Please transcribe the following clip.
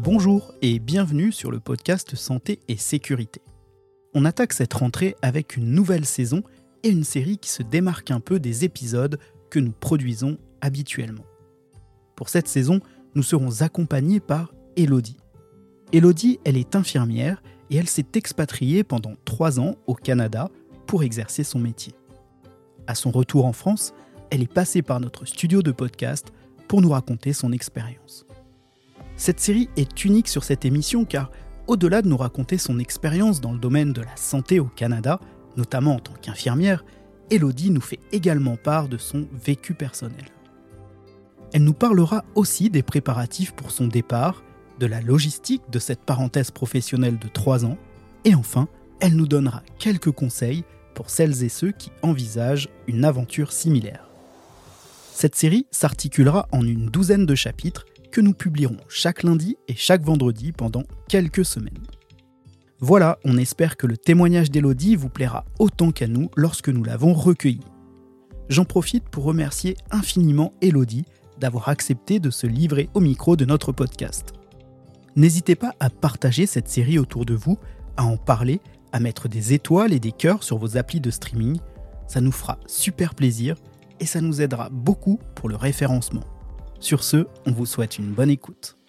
Bonjour et bienvenue sur le podcast Santé et Sécurité. On attaque cette rentrée avec une nouvelle saison et une série qui se démarque un peu des épisodes que nous produisons habituellement. Pour cette saison, nous serons accompagnés par Élodie. Élodie, elle est infirmière et elle s'est expatriée pendant 3 ans au Canada pour exercer son métier. À son retour en France, elle est passée par notre studio de podcast pour nous raconter son expérience. Cette série est unique sur cette émission car, au-delà de nous raconter son expérience dans le domaine de la santé au Canada, notamment en tant qu'infirmière, Élodie nous fait également part de son vécu personnel. Elle nous parlera aussi des préparatifs pour son départ, de la logistique de cette parenthèse professionnelle de 3 ans, et enfin, elle nous donnera quelques conseils pour celles et ceux qui envisagent une aventure similaire. Cette série s'articulera en une 12aine de chapitres que nous publierons chaque lundi et chaque vendredi pendant quelques semaines. Voilà, on espère que le témoignage d'Élodie vous plaira autant qu'à nous lorsque nous l'avons recueilli. J'en profite pour remercier infiniment Élodie d'avoir accepté de se livrer au micro de notre podcast. N'hésitez pas à partager cette série autour de vous, à en parler, à mettre des étoiles et des cœurs sur vos applis de streaming. Ça nous fera super plaisir et ça nous aidera beaucoup pour le référencement. Sur ce, on vous souhaite une bonne écoute.